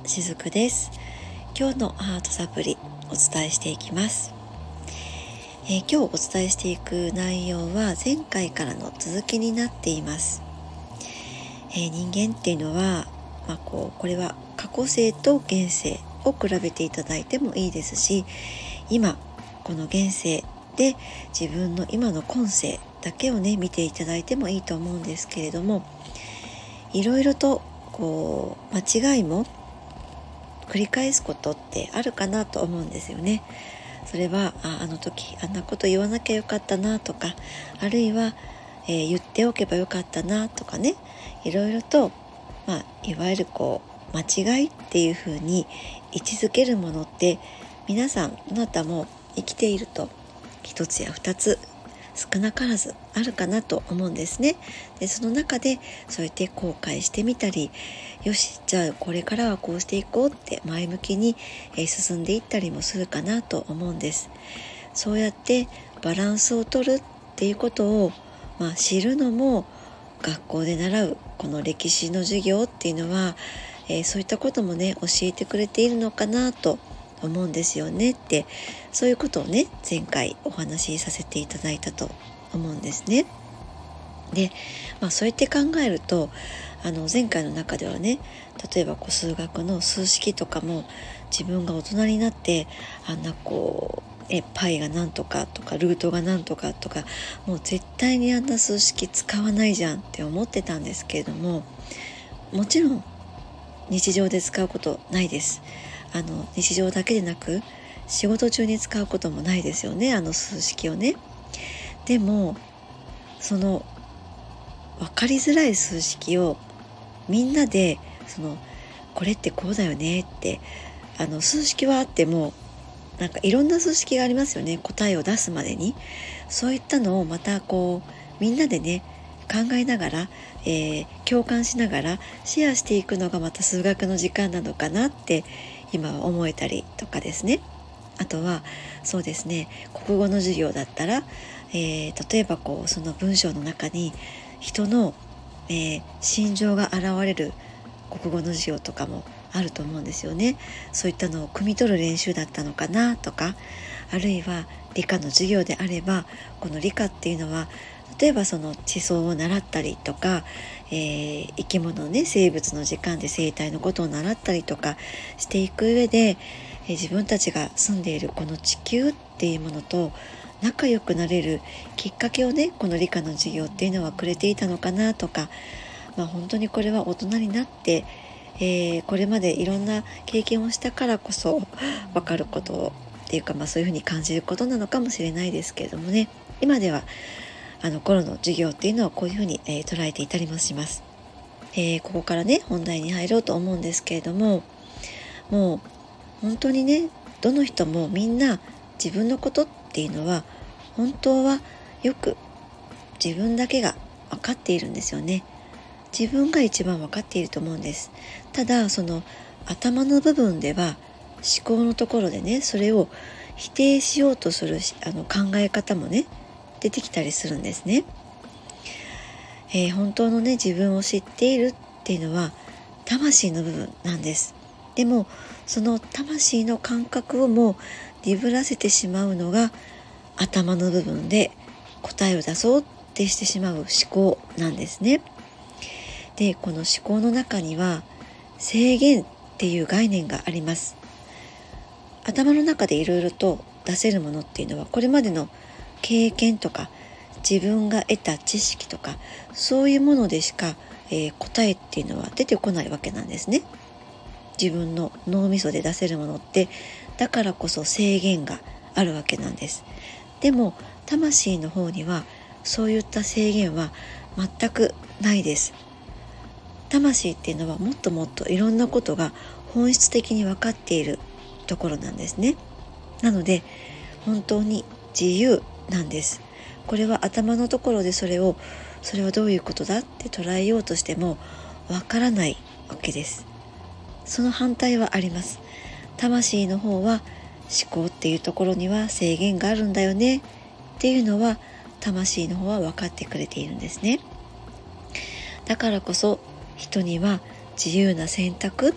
しずくです。今日のハートサプリお伝えしていきます。今日お伝えしていく内容は前回からの続きになっています。人間っていうのは、これは過去性と現世を比べていただいてもいいですし、今この現世で自分の今の今世だけを見ていただいてもいいと思うんですけれども、いろいろと間違いも繰り返すことってあるかなと思うんですよね。それはあの時あんなこと言わなきゃよかったなとか、あるいは、言っておけばよかったなとかね、いろいろと、いわゆる間違いっていう風に位置づけるものって皆さんあなたも生きていると一つや二つ少なからずあるかなと思うんですね。でその中でそうやって後悔してみたり、よしじゃあこれからはこうしていこうって前向きに進んでいったりもするかなと思うんです。そうやってバランスを取るっていうことを、知るのも学校で習うこの歴史の授業っていうのは、そういったことも教えてくれているのかなと思うんですよねって、そういうことを前回お話しさせていただいたと思うんですね。で、そうやって考えると前回の中では例えば数学の数式とかも自分が大人になってあんなパイがなんとかとかルートがなんとかとか、もう絶対にあんな数式使わないじゃんって思ってたんですけれども、もちろん日常で使うことないです。日常だけでなく仕事中に使うこともないですよね、数式をね。でもその分かりづらい数式をみんなでこれってこうだよねって、数式はあってもいろんな数式がありますよね、答えを出すまでに。そういったのをまたみんなで考えながら、共感しながらシェアしていくのがまた数学の時間なのかなって今は思えたりとかですね。あとはそうですね、国語の授業だったら、例えばその文章の中に人の、心情が現れる国語の授業とかもあると思うんですよね。そういったのを汲み取る練習だったのかなとか、あるいは理科の授業であればこの理科っていうのは例えばその地層を習ったりとか、生き物生物の時間で生態のことを習ったりとかしていく上で、自分たちが住んでいるこの地球っていうものと仲良くなれるきっかけをこの理科の授業っていうのはくれていたのかなとか、本当にこれは大人になって、これまでいろんな経験をしたからこそ分かることっていうか、そういうふうに感じることなのかもしれないですけれどもね。今では頃の授業っていうのはこういうふうに、捉えていたりもします。ここから本題に入ろうと思うんですけれども、もう本当にどの人もみんな自分のことっていうのは本当はよく自分だけが分かっているんですよね。自分が一番分かっていると思うんです。ただその頭の部分では思考のところでそれを否定しようとする考え方も出てきたりするんですね。本当の自分を知っているっていうのは魂の部分なんです。でもその魂の感覚をも鈍らせてしまうのが頭の部分で答えを出そうってしてしまう思考なんですね。でこの思考の中には制限っていう概念があります。頭の中でいろいろと出せるものっていうのはこれまでの経験とか自分が得た知識とかそういうものでしか、答えっていうのは出てこないわけなんですね。自分の脳みそで出せるものってだからこそ制限があるわけなんです。でも魂の方にはそういった制限は全くないです。魂っていうのはもっともっといろんなことが本質的に分かっているところなんですね。なので本当に自由なんです。これは頭のところでそれはどういうことだって捉えようとしてもわからないわけです。その反対はあります。魂の方は思考っていうところには制限があるんだよねっていうのは魂の方は分かってくれているんですね。だからこそ人には自由な選択っ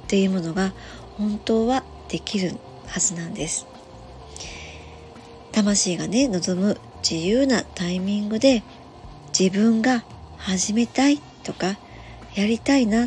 っていうものが本当はできるはずなんです。魂がね、望む自由なタイミングで自分が始めたいとかやりたいなって、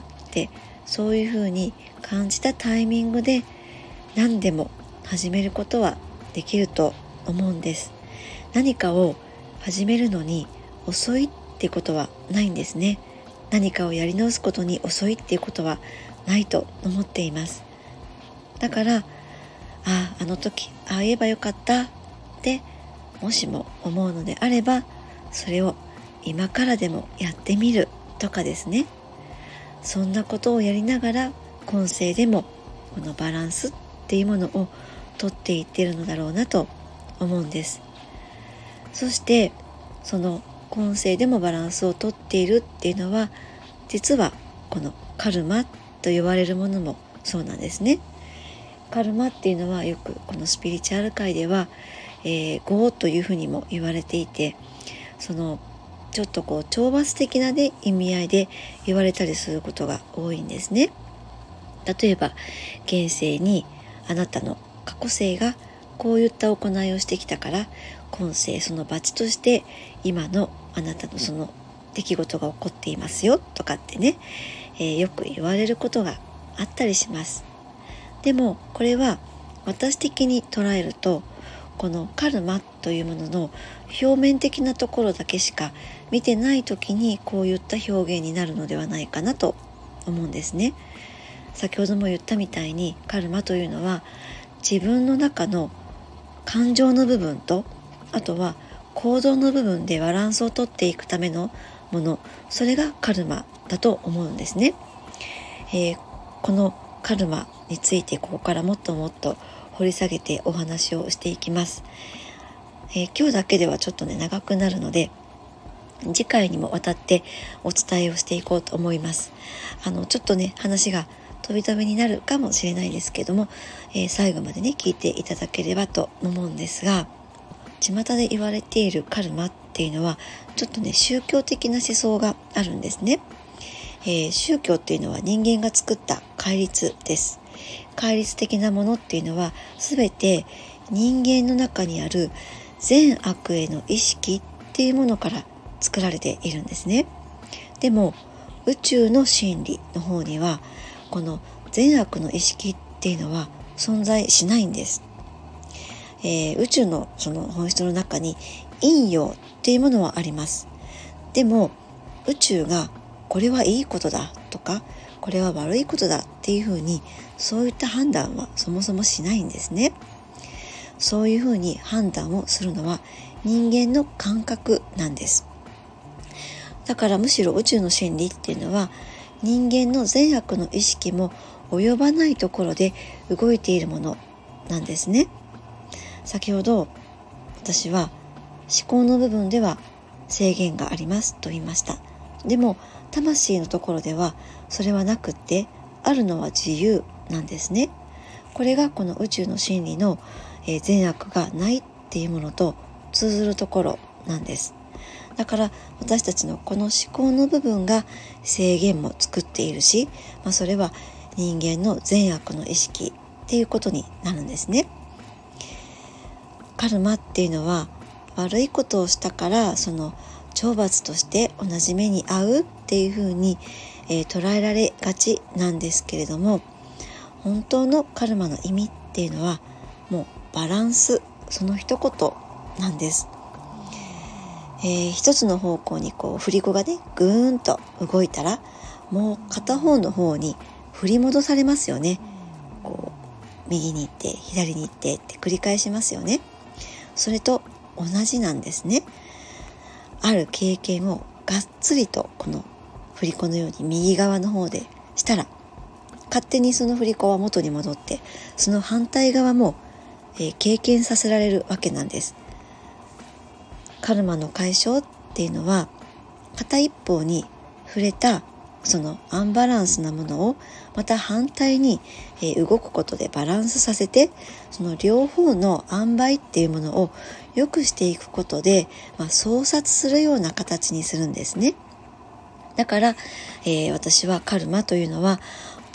そういうふうに感じたタイミングで何でも始めることはできると思うんです。何かを始めるのに遅いってことはないんですね。何かをやり直すことに遅いっていうことはないと思っています。だからあの時ああ言えばよかったってもしも思うのであれば、それを今からでもやってみるとかですね。そんなことをやりながら今世でもこのバランスっていうものをとっていっているのだろうなと思うんです。そしてその今世でもバランスをとっているっていうのは、実はこのカルマと言われるものもそうなんですね。カルマっていうのはよくこのスピリチュアル界では、業というふうにも言われていて、そのちょっと懲罰的な、ね、意味合いで言われたりすることが多いんですね。例えば現世にあなたの過去世がこういった行いをしてきたから、今世その罰として今のあなたのその出来事が起こっていますよとかってね、よく言われることがあったりします。でもこれは私的に捉えると、このカルマというものの表面的なところだけしか見てない時にこういった表現になるのではないかなと思うんですね。先ほども言ったみたいに、カルマというのは自分の中の感情の部分と、あとは行動の部分でバランスをとっていくためのもの、それがカルマだと思うんですね。このカルマについてここからもっともっと掘り下げてお話をしていきます。今日だけではちょっとね長くなるので、次回にもわたってお伝えをしていこうと思います。ちょっとね話が飛び飛びになるかもしれないですけども、最後までね聞いていただければと思うんですが、巷で言われているカルマっていうのはちょっとね宗教的な思想があるんですね。宗教っていうのは人間が作った戒律です。戒律的なものっていうのは全て人間の中にある善悪への意識っていうものから作られているんですね。でも宇宙の真理の方にはこの善悪の意識っていうのは存在しないんです。宇宙のその本質の中に陰陽っていうものはあります。でも宇宙がこれはいいことだとかこれは悪いことだっていうふうに、そういった判断はそもそもしないんですね。そういうふうに判断をするのは人間の感覚なんです。だからむしろ宇宙の真理っていうのは人間の善悪の意識も及ばないところで動いているものなんですね。先ほど私は思考の部分では制限がありますと言いました。でも魂のところではそれはなくって、あるのは自由なんですね。これがこの宇宙の真理の善悪がないっていうものと通ずるところなんです。だから私たちのこの思考の部分が制限も作っているし、それは人間の善悪の意識っていうことになるんですね。カルマっていうのは悪いことをしたからその懲罰として同じ目に遭うっていうふうに、捉えられがちなんですけれども、本当のカルマの意味っていうのはもうバランス、その一言なんです。一つの方向に振り子がねぐーんと動いたら、もう片方の方に振り戻されますよね。右に行って左に行ってって繰り返しますよね。それと同じなんですね。ある経験をがっつりとこの振り子のように右側の方でしたら、勝手にその振り子は元に戻ってその反対側も、経験させられるわけなんです。カルマの解消っていうのは片一方に触れたそのアンバランスなものをまた反対に、動くことでバランスさせて、その両方の塩梅っていうものを良くしていくことで、相殺するような形にするんですね。だから、私はカルマというのは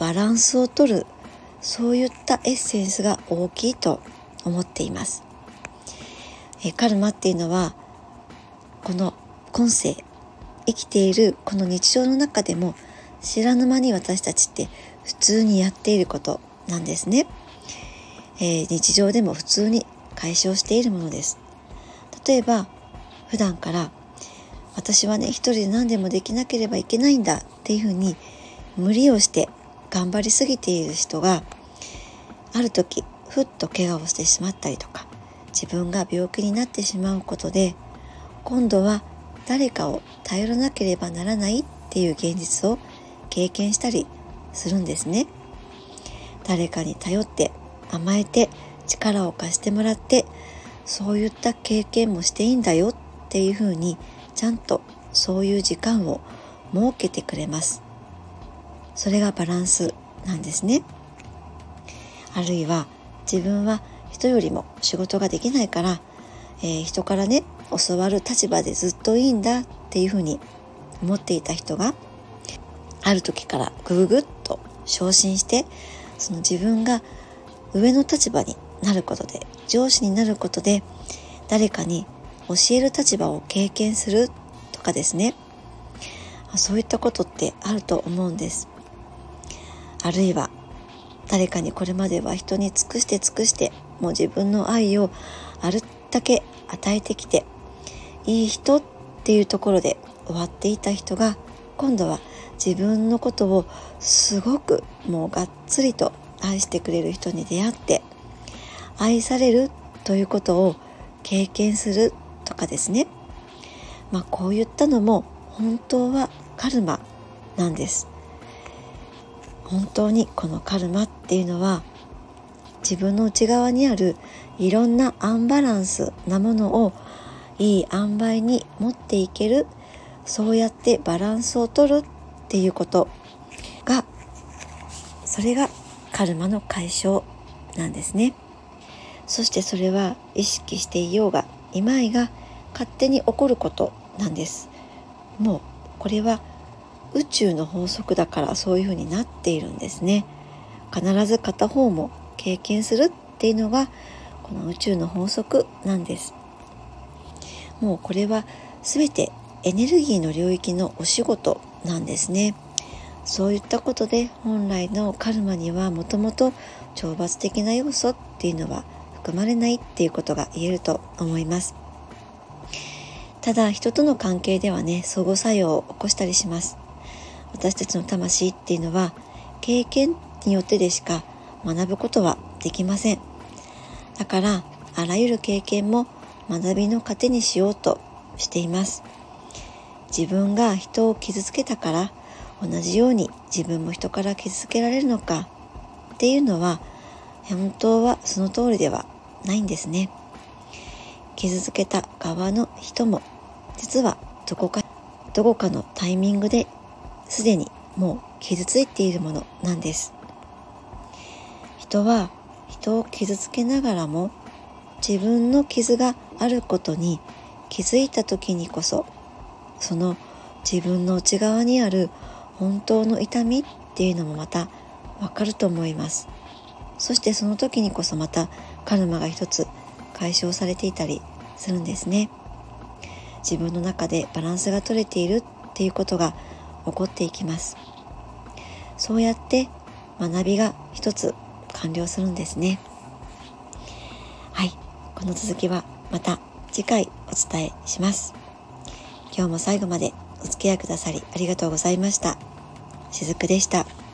バランスを取る、そういったエッセンスが大きいと思っています。カルマっていうのは、この今世生きているこの日常の中でも知らぬ間に私たちって普通にやっていることなんですね。日常でも普通に解消しているものです。例えば普段から私はね一人で何でもできなければいけないんだっていうふうに無理をして頑張りすぎている人が、ある時ふっと怪我をしてしまったりとか、自分が病気になってしまうことで、今度は誰かを頼らなければならないっていう現実を経験したりするんですね。誰かに頼って甘えて力を貸してもらって、そういった経験もしていいんだよっていうふうにちゃんとそういう時間を設けてくれます。それがバランスなんですね。あるいは自分は人よりも仕事ができないから、人からね教わる立場でずっといいんだっていうふうに思っていた人が、ある時からぐっと昇進して、その自分が上の立場になることで、上司になることで、誰かに教える立場を経験するとかですね、そういったことってあると思うんです。あるいは誰かにこれまでは人に尽くしてもう自分の愛をあるだけ与えてきて、いい人っていうところで終わっていた人が、今度は自分のことをすごくもうがっつりと愛してくれる人に出会って、愛されるということを経験するとかですね、こういったのも本当はカルマなんです。本当にこのカルマっていうのは、自分の内側にあるいろんなアンバランスなものをいい塩梅に持っていける、そうやってバランスを取るっていうことが、それがカルマの解消なんですね。そしてそれは意識していようがいまいが勝手に起こることなんです。もうこれは宇宙の法則だからそういうふうになっているんですね。必ず片方も経験するっていうのがこの宇宙の法則なんです。もうこれは全てエネルギーの領域のお仕事なんですね。そういったことで本来のカルマにはもともと懲罰的な要素っていうのは含まれないっていうことが言えると思います。ただ人との関係ではね、相互作用を起こしたりします。私たちの魂っていうのは経験によってでしか学ぶことはできません。だからあらゆる経験も学びの糧にしようとしています。自分が人を傷つけたから同じように自分も人から傷つけられるのかっていうのは、本当はその通りではないんですね。傷つけた側の人も実はどこかのタイミングですでにもう傷ついているものなんです。人は人を傷つけながらも自分の傷があることに気づいた時にこそ、その自分の内側にある本当の痛みっていうのもまたわかると思います。そしてその時にこそまたカルマが一つ解消されていたりするんですね。自分の中でバランスが取れているっていうことが起こっていきます。そうやって学びが一つ完了するんですね。はい、この続きはまた次回お伝えします。今日も最後までお付き合いくださりありがとうございました。しずくでした。